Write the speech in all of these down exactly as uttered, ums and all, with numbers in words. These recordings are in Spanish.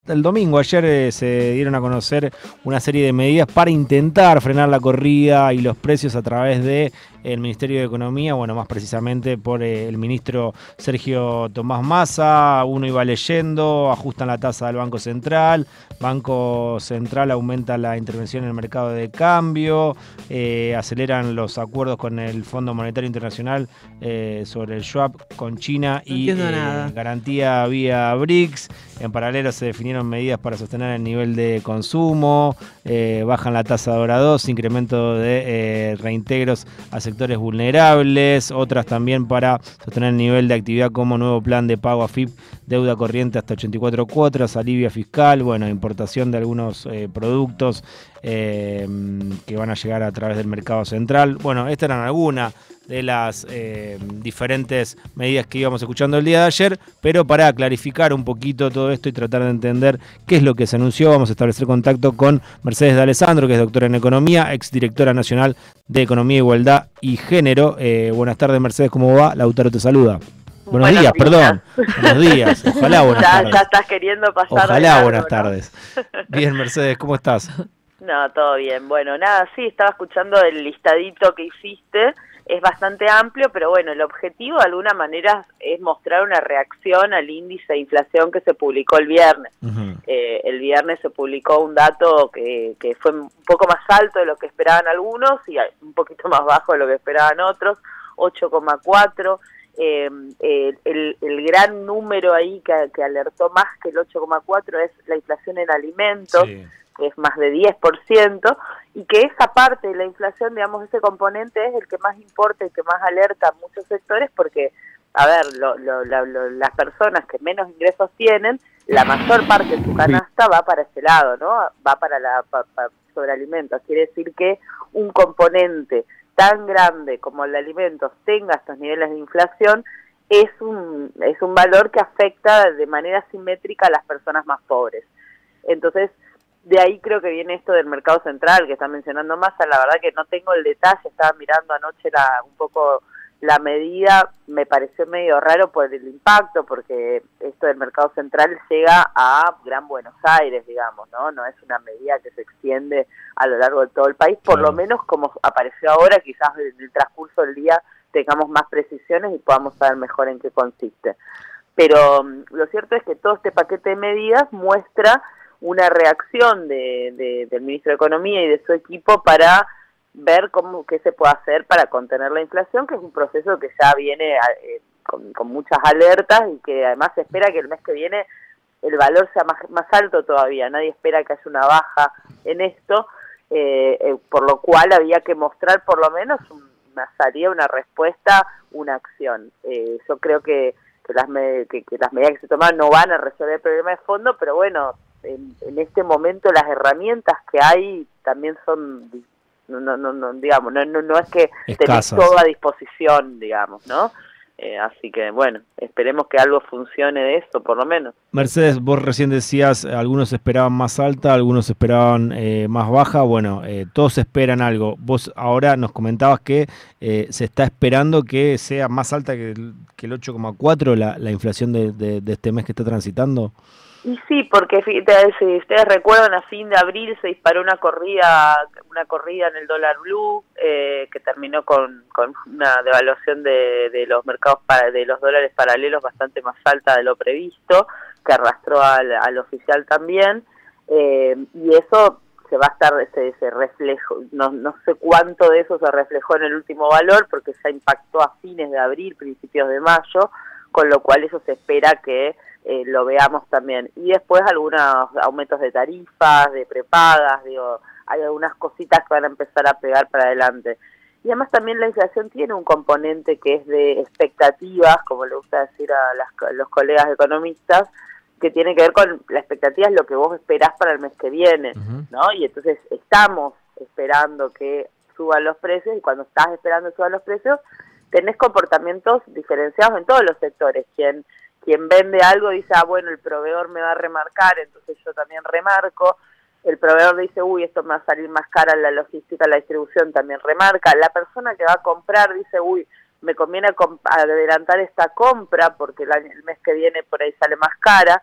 el domingo, ayer eh, se dieron a conocer una serie de medidas para intentar frenar la corrida y los precios a través de el Ministerio de Economía, bueno, más precisamente por eh, el ministro Sergio Tomás Massa. Uno iba leyendo, ajustan la tasa del Banco Central, Banco Central aumenta la intervención en el mercado de cambio, eh, aceleran los acuerdos con el Fondo Monetario Internacional eh, sobre el swap con China no y eh, garantía vía B R I C S. En paralelo se definieron medidas para sostener el nivel de consumo, eh, bajan la tasa de hora dos, incremento de eh, reintegros a sectores vulnerables, otras también para sostener el nivel de actividad como nuevo plan de pago a F I P, deuda corriente hasta ochenta y cuatro cuotas, alivio fiscal, bueno, importación de algunos eh, productos eh, que van a llegar a través del mercado central. Bueno, estas eran algunas de las eh, diferentes medidas que íbamos escuchando el día de ayer, pero para clarificar un poquito todo esto y tratar de entender qué es lo que se anunció, vamos a establecer contacto con Mercedes D'Alessandro, que es doctora en Economía, exdirectora nacional de Economía, Igualdad y Género. Eh, buenas tardes, Mercedes, ¿cómo va? Lautaro te saluda. Buenos, buenos días, días, perdón. Buenos días. Ojalá buenas ya, tardes. Ya estás queriendo pasar. Ojalá algo, buenas ¿no? tardes. Bien, Mercedes, ¿cómo estás? No, todo bien. Bueno, nada, sí, estaba escuchando el listadito que hiciste. Es bastante amplio, pero bueno, el objetivo de alguna manera es mostrar una reacción al índice de inflación que se publicó el viernes. Uh-huh. eh, el viernes se publicó un dato que, que fue un poco más alto de lo que esperaban algunos y un poquito más bajo de lo que esperaban otros, ocho coma cuatro. Eh, eh, el, el gran número ahí que, que alertó más que el ocho coma cuatro es la inflación en alimentos. Sí. Que es más de diez por ciento, y que esa parte de la inflación, digamos, ese componente es el que más importa y que más alerta a muchos sectores, porque, a ver, lo, lo, lo, lo, las personas que menos ingresos tienen, la mayor parte de su canasta va para ese lado, ¿no? Va para la pa, pa, sobre alimentos. Quiere decir que un componente tan grande como el de alimentos tenga estos niveles de inflación, es un, es un valor que afecta de manera simétrica a las personas más pobres. Entonces, de ahí creo que viene esto del mercado central que está mencionando Massa. La verdad que no tengo el detalle, estaba mirando anoche la, un poco la medida, me pareció medio raro por el impacto, porque esto del mercado central llega a Gran Buenos Aires, digamos, ¿no? No es una medida que se extiende a lo largo de todo el país, por lo menos como apareció ahora, quizás en el transcurso del día tengamos más precisiones y podamos saber mejor en qué consiste. Pero um, lo cierto es que todo este paquete de medidas muestra una reacción de, de, del ministro de Economía y de su equipo para ver cómo qué se puede hacer para contener la inflación, que es un proceso que ya viene eh, con, con muchas alertas y que además se espera que el mes que viene el valor sea más, más alto todavía. Nadie espera que haya una baja en esto, eh, eh, por lo cual había que mostrar por lo menos una salida, una respuesta, una acción. Eh, yo creo que, que, las me, que, que las medidas que se toman no van a resolver el problema de fondo, pero bueno, En, en este momento las herramientas que hay también son, no, no, no digamos, no, no, no es que tenés todo a disposición, digamos, ¿no? Eh, así que, bueno, esperemos que algo funcione de esto, por lo menos. Mercedes, vos recién decías, algunos esperaban más alta, algunos esperaban eh, más baja. Bueno, eh, todos esperan algo. Vos ahora nos comentabas que eh, se está esperando que sea más alta que el, que el ocho coma cuatro la, la inflación de, de, de este mes que está transitando. Y sí, porque si ustedes recuerdan, a fin de abril se disparó una corrida una corrida en el dólar blue, eh, que terminó con, con una devaluación de, de los mercados para, de los dólares paralelos bastante más alta de lo previsto, que arrastró al, al oficial también, eh, y eso se va a estar, se, se reflejó, no, no sé cuánto de eso se reflejó en el último valor, porque ya impactó a fines de abril, principios de mayo, con lo cual eso se espera que Eh, lo veamos también. Y después algunos aumentos de tarifas, de prepagas, digo, hay algunas cositas que van a empezar a pegar para adelante. Y además también la inflación tiene un componente que es de expectativas, como le gusta decir a, las, a los colegas economistas, que tiene que ver con la expectativa, es lo que vos esperás para el mes que viene, uh-huh. ¿no? Y entonces estamos esperando que suban los precios, y cuando estás esperando que suban los precios, tenés comportamientos diferenciados en todos los sectores. Quien Quien vende algo dice, ah, bueno, el proveedor me va a remarcar, entonces yo también remarco. El proveedor dice, uy, esto me va a salir más cara la logística, la distribución, también remarca. La persona que va a comprar dice, uy, me conviene adelantar esta compra porque el, año, el mes que viene por ahí sale más cara.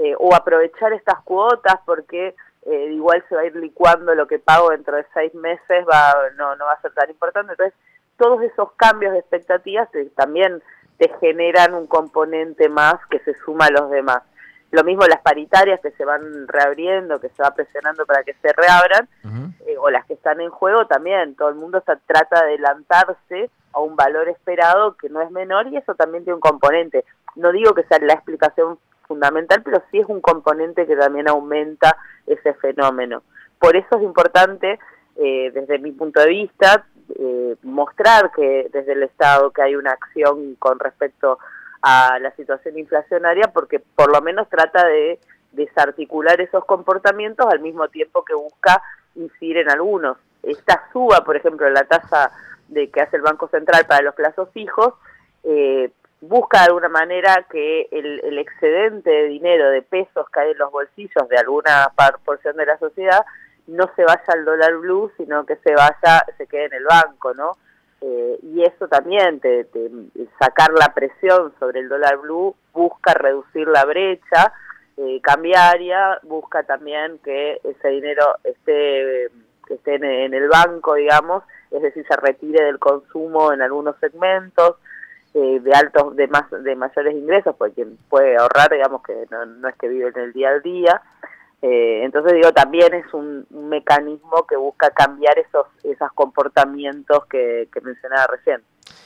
eh, o aprovechar estas cuotas porque eh, igual se va a ir licuando lo que pago dentro de seis meses, va no, no va a ser tan importante. Entonces, todos esos cambios de expectativas eh, también te generan un componente más que se suma a los demás. Lo mismo las paritarias que se van reabriendo, que se va presionando para que se reabran, uh-huh. eh, o las que están en juego también. Todo el mundo está, trata de adelantarse a un valor esperado que no es menor, y eso también tiene un componente. No digo que sea la explicación fundamental, pero sí es un componente que también aumenta ese fenómeno. Por eso es importante, eh, desde mi punto de vista, eh, mostrar que desde el Estado que hay una acción con respecto a la situación inflacionaria, porque por lo menos trata de desarticular esos comportamientos al mismo tiempo que busca incidir en algunos. Esta suba, por ejemplo, la tasa de que hace el Banco Central para los plazos fijos, eh, busca de alguna manera que el, el excedente de dinero, de pesos que hay en los bolsillos de alguna par, porción de la sociedad, no se vaya al dólar blue, sino que se vaya, se quede en el banco, ¿no? Eh, y eso también, te, te, sacar la presión sobre el dólar blue, busca reducir la brecha eh, cambiaria, busca también que ese dinero esté, esté en, en el banco, digamos, es decir, se retire del consumo en algunos segmentos, eh, de altos, de más, de mayores ingresos, porque quien puede ahorrar, digamos que no, no es que vive en el día al día. Eh, entonces digo, también es un, un mecanismo que busca cambiar esos esos comportamientos que, que mencionaba recién.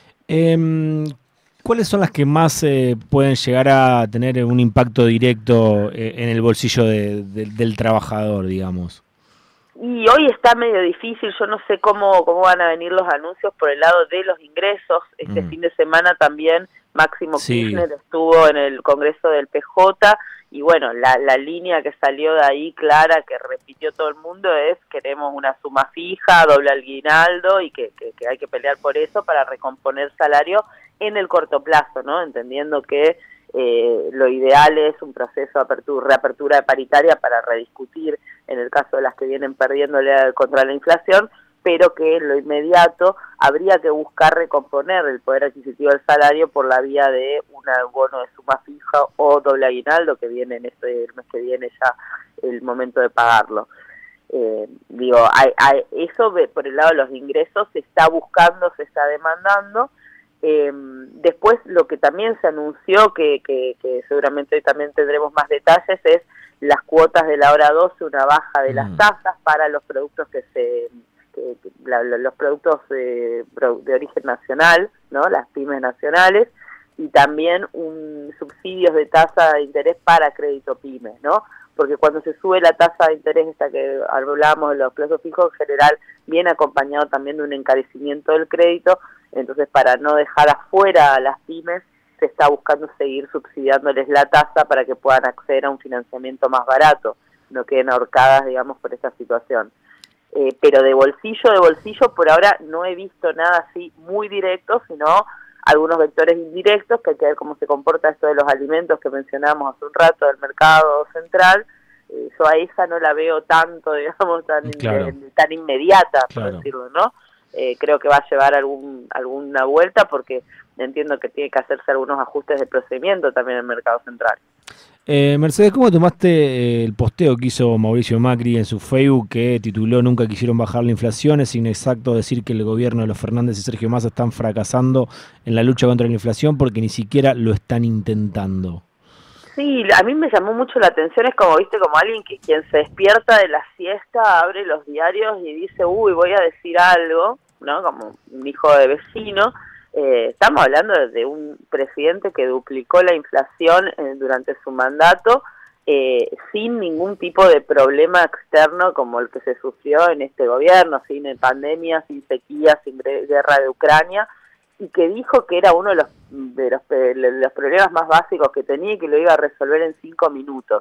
Eh, ¿Cuáles son las que más eh, pueden llegar a tener un impacto directo eh, en el bolsillo de, de, del trabajador, digamos? Y hoy está medio difícil, yo no sé cómo, cómo van a venir los anuncios por el lado de los ingresos. Este mm. fin de semana también Máximo sí. Kirchner estuvo en el Congreso del P J, y bueno, la, la línea que salió de ahí clara, que repitió todo el mundo, es queremos una suma fija, doble aguinaldo, y que, que, que hay que pelear por eso para recomponer salario en el corto plazo, ¿no? Entendiendo que eh, lo ideal es un proceso de apertura, reapertura de paritaria para rediscutir en el caso de las que vienen perdiéndole contra la inflación, pero que en lo inmediato habría que buscar recomponer el poder adquisitivo del salario por la vía de un bono de suma fija o doble aguinaldo, que viene en este el mes que viene ya el momento de pagarlo. Eh, digo, hay, hay, eso por el lado de los ingresos se está buscando, se está demandando. Eh, después lo que también se anunció, que, que, que seguramente hoy también tendremos más detalles, es las cuotas de la hora doce, una baja de las tasas para los productos que se... Que, que la, los productos de, de origen nacional, ¿no? Las pymes nacionales, y también un subsidios de tasa de interés para crédito pymes, ¿no? Porque cuando se sube la tasa de interés, esta que hablábamos de los plazos fijos, en general viene acompañado también de un encarecimiento del crédito. Entonces, para no dejar afuera a las pymes, se está buscando seguir subsidiándoles la tasa para que puedan acceder a un financiamiento más barato, no queden ahorcadas, digamos, por esta situación. Eh, pero de bolsillo, de bolsillo, por ahora no he visto nada así muy directo, sino algunos vectores indirectos, que hay que ver cómo se comporta esto de los alimentos que mencionábamos hace un rato, del mercado central. Eh, yo a esa no la veo tanto, digamos, tan, claro. in, tan inmediata, por claro. decirlo, ¿no? Eh, creo que va a llevar algún alguna vuelta, porque entiendo que tiene que hacerse algunos ajustes de procedimiento también en el mercado central. Eh, Mercedes, ¿cómo tomaste el posteo que hizo Mauricio Macri en su Facebook, que tituló "Nunca quisieron bajar la inflación"? Es inexacto decir que el gobierno de los Fernández y Sergio Massa están fracasando en la lucha contra la inflación, porque ni siquiera lo están intentando. Sí, a mí me llamó mucho la atención, es como, viste, como alguien que quien se despierta de la siesta, abre los diarios y dice, uy, voy a decir algo, ¿no? Como un hijo de vecino. Eh, estamos hablando de un presidente que duplicó la inflación eh, durante su mandato, eh, sin ningún tipo de problema externo como el que se sufrió en este gobierno, sin pandemia, sin sequía, sin guerra de Ucrania, y que dijo que era uno de los, de los, de los problemas más básicos que tenía y que lo iba a resolver en cinco minutos.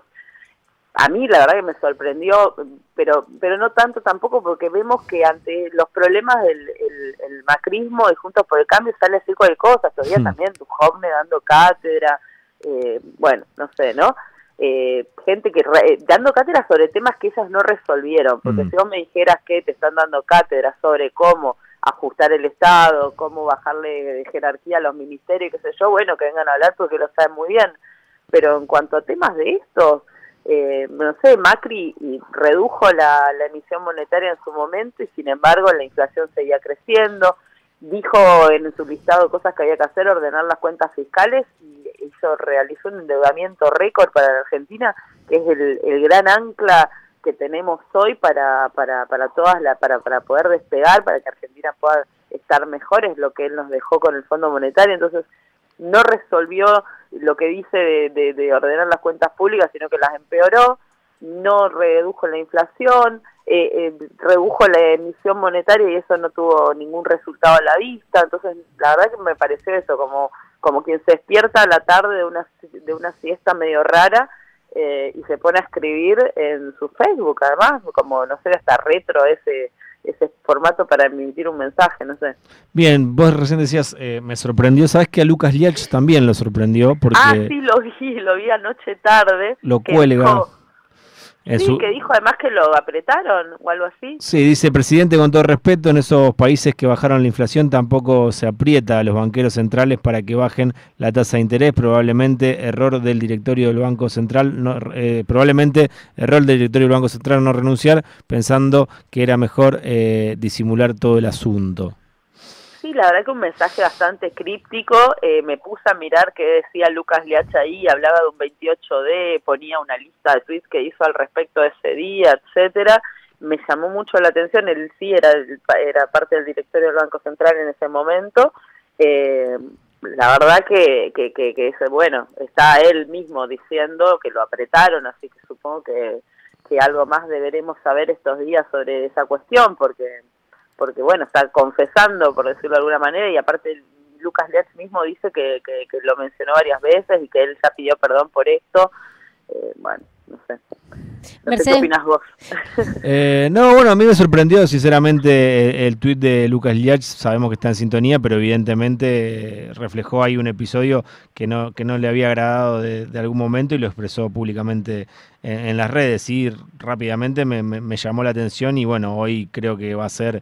A mí la verdad que me sorprendió, pero pero no tanto tampoco, porque vemos que ante los problemas del el, el macrismo y Juntos por el Cambio sale a decir cualquier cosa. Todavía hmm. también Duhovne dando cátedra, eh, bueno, no sé, ¿no? Eh, gente que re, dando cátedra sobre temas que ellas no resolvieron, porque hmm. si vos me dijeras que te están dando cátedra sobre cómo ajustar el Estado, cómo bajarle de jerarquía a los ministerios, qué sé yo, bueno, que vengan a hablar porque lo saben muy bien. pero en cuanto a temas de estos, eh, no sé, Macri redujo la, la emisión monetaria en su momento y sin embargo la inflación seguía creciendo, dijo en su listado cosas que había que hacer, ordenar las cuentas fiscales y hizo, realizó un endeudamiento récord para la Argentina, que es el, el gran ancla que tenemos hoy para para para todas la para para poder despegar, para que Argentina pueda estar mejor, es lo que él nos dejó con el Fondo Monetario. Entonces no resolvió lo que dice de, de, de ordenar las cuentas públicas, sino que las empeoró, no redujo la inflación, eh, eh, redujo la emisión monetaria y eso no tuvo ningún resultado a la vista. Entonces la verdad que me pareció eso, como como quien se despierta a la tarde de una de una siesta medio rara, Eh, y se pone a escribir en su Facebook, además, como, no sé, hasta retro ese ese formato para emitir un mensaje, no sé. Bien, vos recién decías, eh, me sorprendió, ¿sabés que a Lucas Liach también lo sorprendió? Porque ah, sí, lo vi, lo vi anoche tarde. Lo cuelga. Dijo, sí, su... que dijo además que lo apretaron o algo así. Sí, dice, presidente, con todo respeto, en esos países que bajaron la inflación tampoco se aprieta a los banqueros centrales para que bajen la tasa de interés, probablemente error del directorio del Banco Central, no, eh, probablemente error del directorio del Banco Central no renunciar, pensando que era mejor eh, disimular todo el asunto. Sí, la verdad que un mensaje bastante críptico, eh, me puse a mirar qué decía Lucas Liach ahí, hablaba de un veintiocho D, ponía una lista de tweets que hizo al respecto de ese día, etcétera. Me llamó mucho la atención, él sí era, era parte del directorio del Banco Central en ese momento, eh, la verdad que, que, que, que ese, bueno, está él mismo diciendo que lo apretaron, así que supongo que, que algo más deberemos saber estos días sobre esa cuestión, porque... porque bueno, está confesando, por decirlo de alguna manera, y aparte Lucas Liach mismo dice que, que, que lo mencionó varias veces y que él ya pidió perdón por esto. Eh, bueno, no sé. No Mercedes. sé qué opinas vos. Eh, no, bueno, a mí me sorprendió sinceramente el, el tuit de Lucas Liach, sabemos que está en sintonía, pero evidentemente eh, reflejó ahí un episodio que no, que no le había agradado de, de algún momento y lo expresó públicamente en, en las redes, y rápidamente me, me, me llamó la atención y bueno, hoy creo que va a ser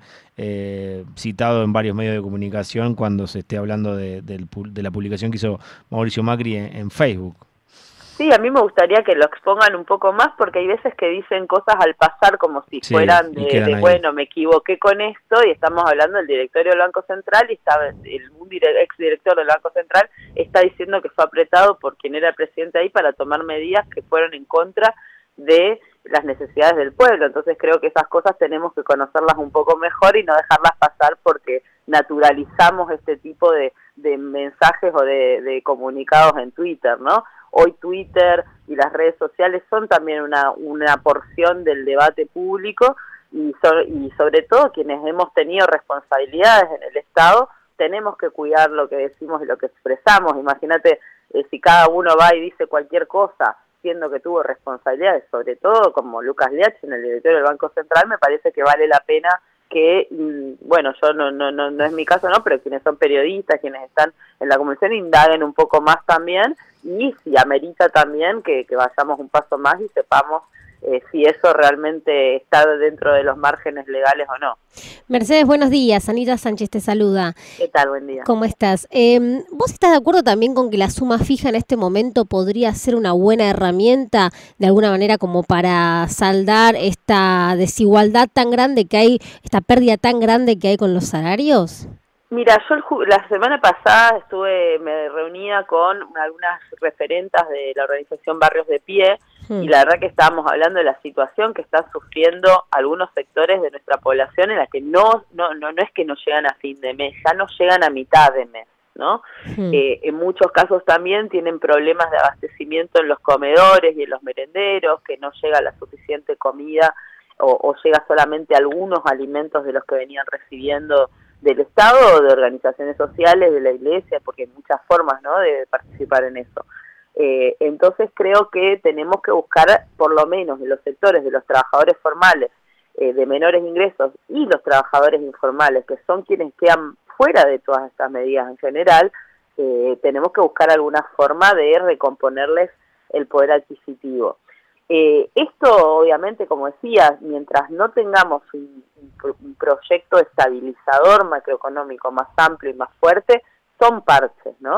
eh, citado en varios medios de comunicación cuando se esté hablando de, de, de la publicación que hizo Mauricio Macri en, en Facebook. Sí, a mí me gustaría que lo expongan un poco más porque hay veces que dicen cosas al pasar como si sí, fueran de, de bueno, me equivoqué con esto y estamos hablando del directorio del Banco Central y está el un ex director del Banco Central está diciendo que fue apretado por quien era presidente ahí para tomar medidas que fueron en contra de las necesidades del pueblo. Entonces creo que esas cosas tenemos que conocerlas un poco mejor y no dejarlas pasar porque naturalizamos este tipo de, de mensajes o de, de comunicados en Twitter, ¿no? Hoy Twitter y las redes sociales son también una, una porción del debate público y, so, y sobre todo quienes hemos tenido responsabilidades en el Estado tenemos que cuidar lo que decimos y lo que expresamos. Imagínate eh, si cada uno va y dice cualquier cosa siendo que tuvo responsabilidades, sobre todo como Lucas Liach en el directorio del Banco Central, me parece que vale la pena que, bueno, yo no, no, no, no es mi caso, no, pero quienes son periodistas, quienes están en la comunicación, indaguen un poco más también y si amerita también que, que vayamos un paso más y sepamos eh, si eso realmente está dentro de los márgenes legales o no. Mercedes, buenos días. Anita Sánchez te saluda. ¿Qué tal? Buen día. ¿Cómo estás? Eh, ¿Vos estás de acuerdo también con que la suma fija en este momento podría ser una buena herramienta de alguna manera como para saldar esta desigualdad tan grande que hay, esta pérdida tan grande que hay con los salarios? Mira, yo la semana pasada estuve, me reunía con algunas referentas de la organización Barrios de Pie hmm. y la verdad que estábamos hablando de la situación que están sufriendo algunos sectores de nuestra población en la que no, no, no, no es que no llegan a fin de mes, ya no llegan a mitad de mes, ¿no? Hmm. Eh, en muchos casos también tienen problemas de abastecimiento en los comedores y en los merenderos, que no llega la suficiente comida o, o llega solamente algunos alimentos de los que venían recibiendo del Estado o de organizaciones sociales, de la Iglesia, porque hay muchas formas, ¿no?, de participar en eso. Eh, entonces creo que tenemos que buscar, por lo menos en los sectores de los trabajadores formales, eh, de menores ingresos y los trabajadores informales, que son quienes quedan fuera de todas estas medidas en general, eh, tenemos que buscar alguna forma de recomponerles el poder adquisitivo. Eh, esto, obviamente, como decía, mientras no tengamos un, un proyecto estabilizador macroeconómico más amplio y más fuerte, son parches, ¿no?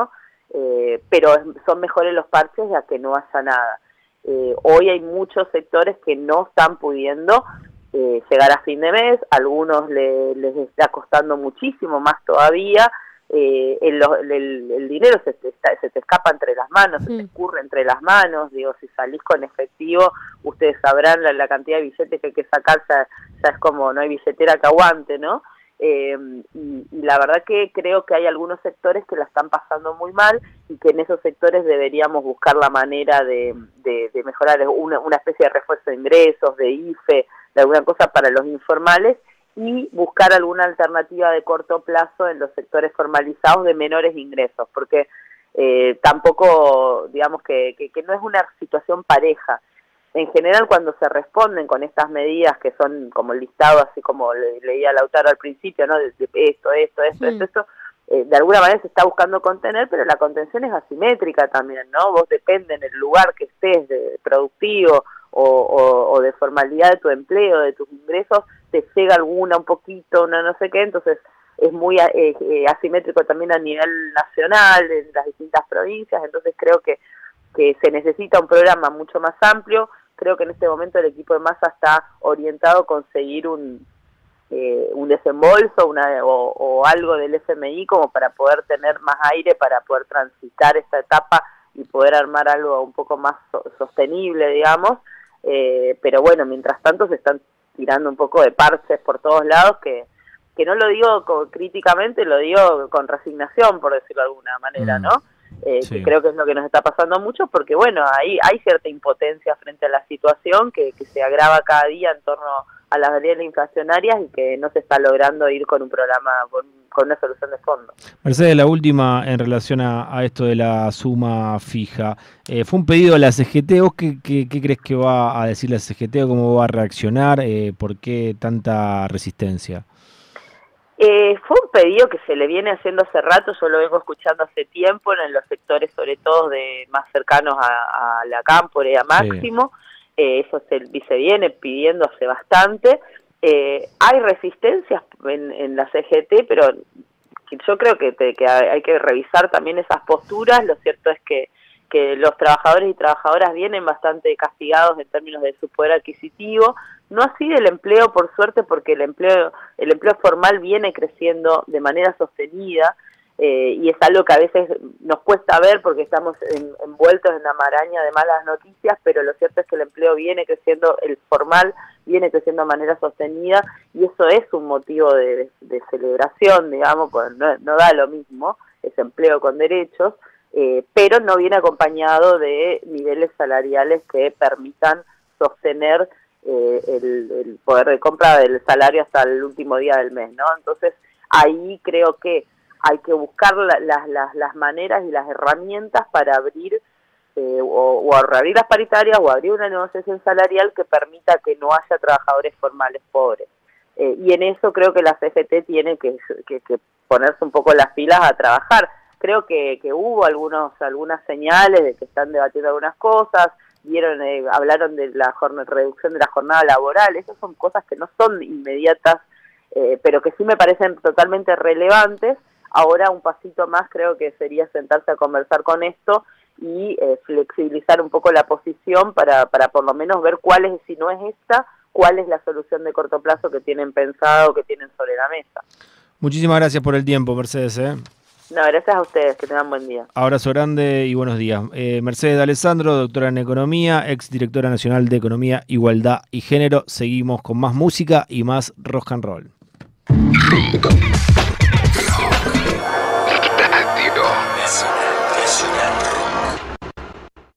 eh, pero son mejores los parches a que no haya nada. Eh, hoy hay muchos sectores que no están pudiendo eh, llegar a fin de mes, a algunos le, les está costando muchísimo más todavía, eh, el, el, el dinero se te, se te escapa entre las manos, mm. se te escurre entre las manos, digo, si salís con efectivo, ustedes sabrán la, la cantidad de billetes que hay que sacar, ya, ya es como no hay billetera que aguante, ¿no? Eh, y, y la verdad que creo que hay algunos sectores que la están pasando muy mal y que en esos sectores deberíamos buscar la manera de, de, de mejorar una, una especie de refuerzo de ingresos, de I F E, de alguna cosa para los informales y buscar alguna alternativa de corto plazo en los sectores formalizados de menores ingresos, porque eh, tampoco, digamos que, que, que no es una situación pareja. En general, cuando se responden con estas medidas que son como el listado, así como le, leía Lautaro al principio, ¿no? De, de esto, esto, esto, mm. esto, esto eh, de alguna manera se está buscando contener, pero la contención es asimétrica también, ¿no? Vos depende en el lugar que estés, de productivo o, o, o de formalidad de tu empleo, de tus ingresos, te llega alguna un poquito, una no sé qué, entonces es muy eh, eh, asimétrico también a nivel nacional, en las distintas provincias, entonces creo que, que se necesita un programa mucho más amplio. Creo que en este momento el equipo de Massa está orientado a conseguir un, eh, un desembolso una, o, o algo del F M I como para poder tener más aire, para poder transitar esta etapa y poder armar algo un poco más so, sostenible, digamos. Eh, pero bueno, mientras tanto se están tirando un poco de parches por todos lados que, que no lo digo con, críticamente, lo digo con resignación, por decirlo de alguna manera, ¿no? Eh, sí. Que creo que es lo que nos está pasando mucho, porque bueno, ahí hay cierta impotencia frente a la situación que, que se agrava cada día en torno a las variables inflacionarias y que no se está logrando ir con un programa, con, con una solución de fondo. Mercedes, la última en relación a, a esto de la suma fija. Eh, fue un pedido de la C G T. ¿Vos qué, qué, qué crees que va a decir la C G T o cómo va a reaccionar? Eh, ¿Por qué tanta resistencia? Eh, fue un pedido que se le viene haciendo hace rato, yo lo vengo escuchando hace tiempo en los sectores sobre todo de más cercanos a, a la Cámpora y a Máximo, sí. eh, eso se, se viene pidiendo hace bastante, eh, hay resistencias en, en la C G T, pero yo creo que, te, que hay que revisar también esas posturas. Lo cierto es que, que los trabajadores y trabajadoras vienen bastante castigados en términos de su poder adquisitivo, no así del empleo, por suerte, porque el empleo el empleo formal viene creciendo de manera sostenida eh, y es algo que a veces nos cuesta ver porque estamos en, envueltos en la maraña de malas noticias, pero lo cierto es que el empleo viene creciendo, el formal viene creciendo de manera sostenida y eso es un motivo de, de, de celebración, digamos, pues no, no da lo mismo, es empleo con derechos, eh, pero no viene acompañado de niveles salariales que permitan sostener Eh, el, el poder de compra del salario hasta el último día del mes, ¿no? Entonces ahí creo que hay que buscar la, la, la, las maneras y las herramientas para abrir eh, o, o abrir las paritarias o abrir una negociación salarial que permita que no haya trabajadores formales pobres. Eh, y en eso creo que la C G T tiene que, que, que ponerse un poco las pilas a trabajar. Creo que, que hubo algunos algunas señales de que están debatiendo algunas cosas, vieron, eh, hablaron de la jornada, reducción de la jornada laboral, esas son cosas que no son inmediatas, eh, pero que sí me parecen totalmente relevantes. Ahora un pasito más creo que sería sentarse a conversar con esto y eh, flexibilizar un poco la posición para, para por lo menos ver cuál es, si no es esta, cuál es la solución de corto plazo que tienen pensado, que tienen sobre la mesa. Muchísimas gracias por el tiempo, Mercedes, ¿eh? No, gracias a ustedes, que tengan buen día. Abrazo grande y buenos días. Eh, Mercedes D'Alessandro, doctora en Economía, ex directora nacional de Economía, Igualdad y Género. Seguimos con más música y más rock and roll.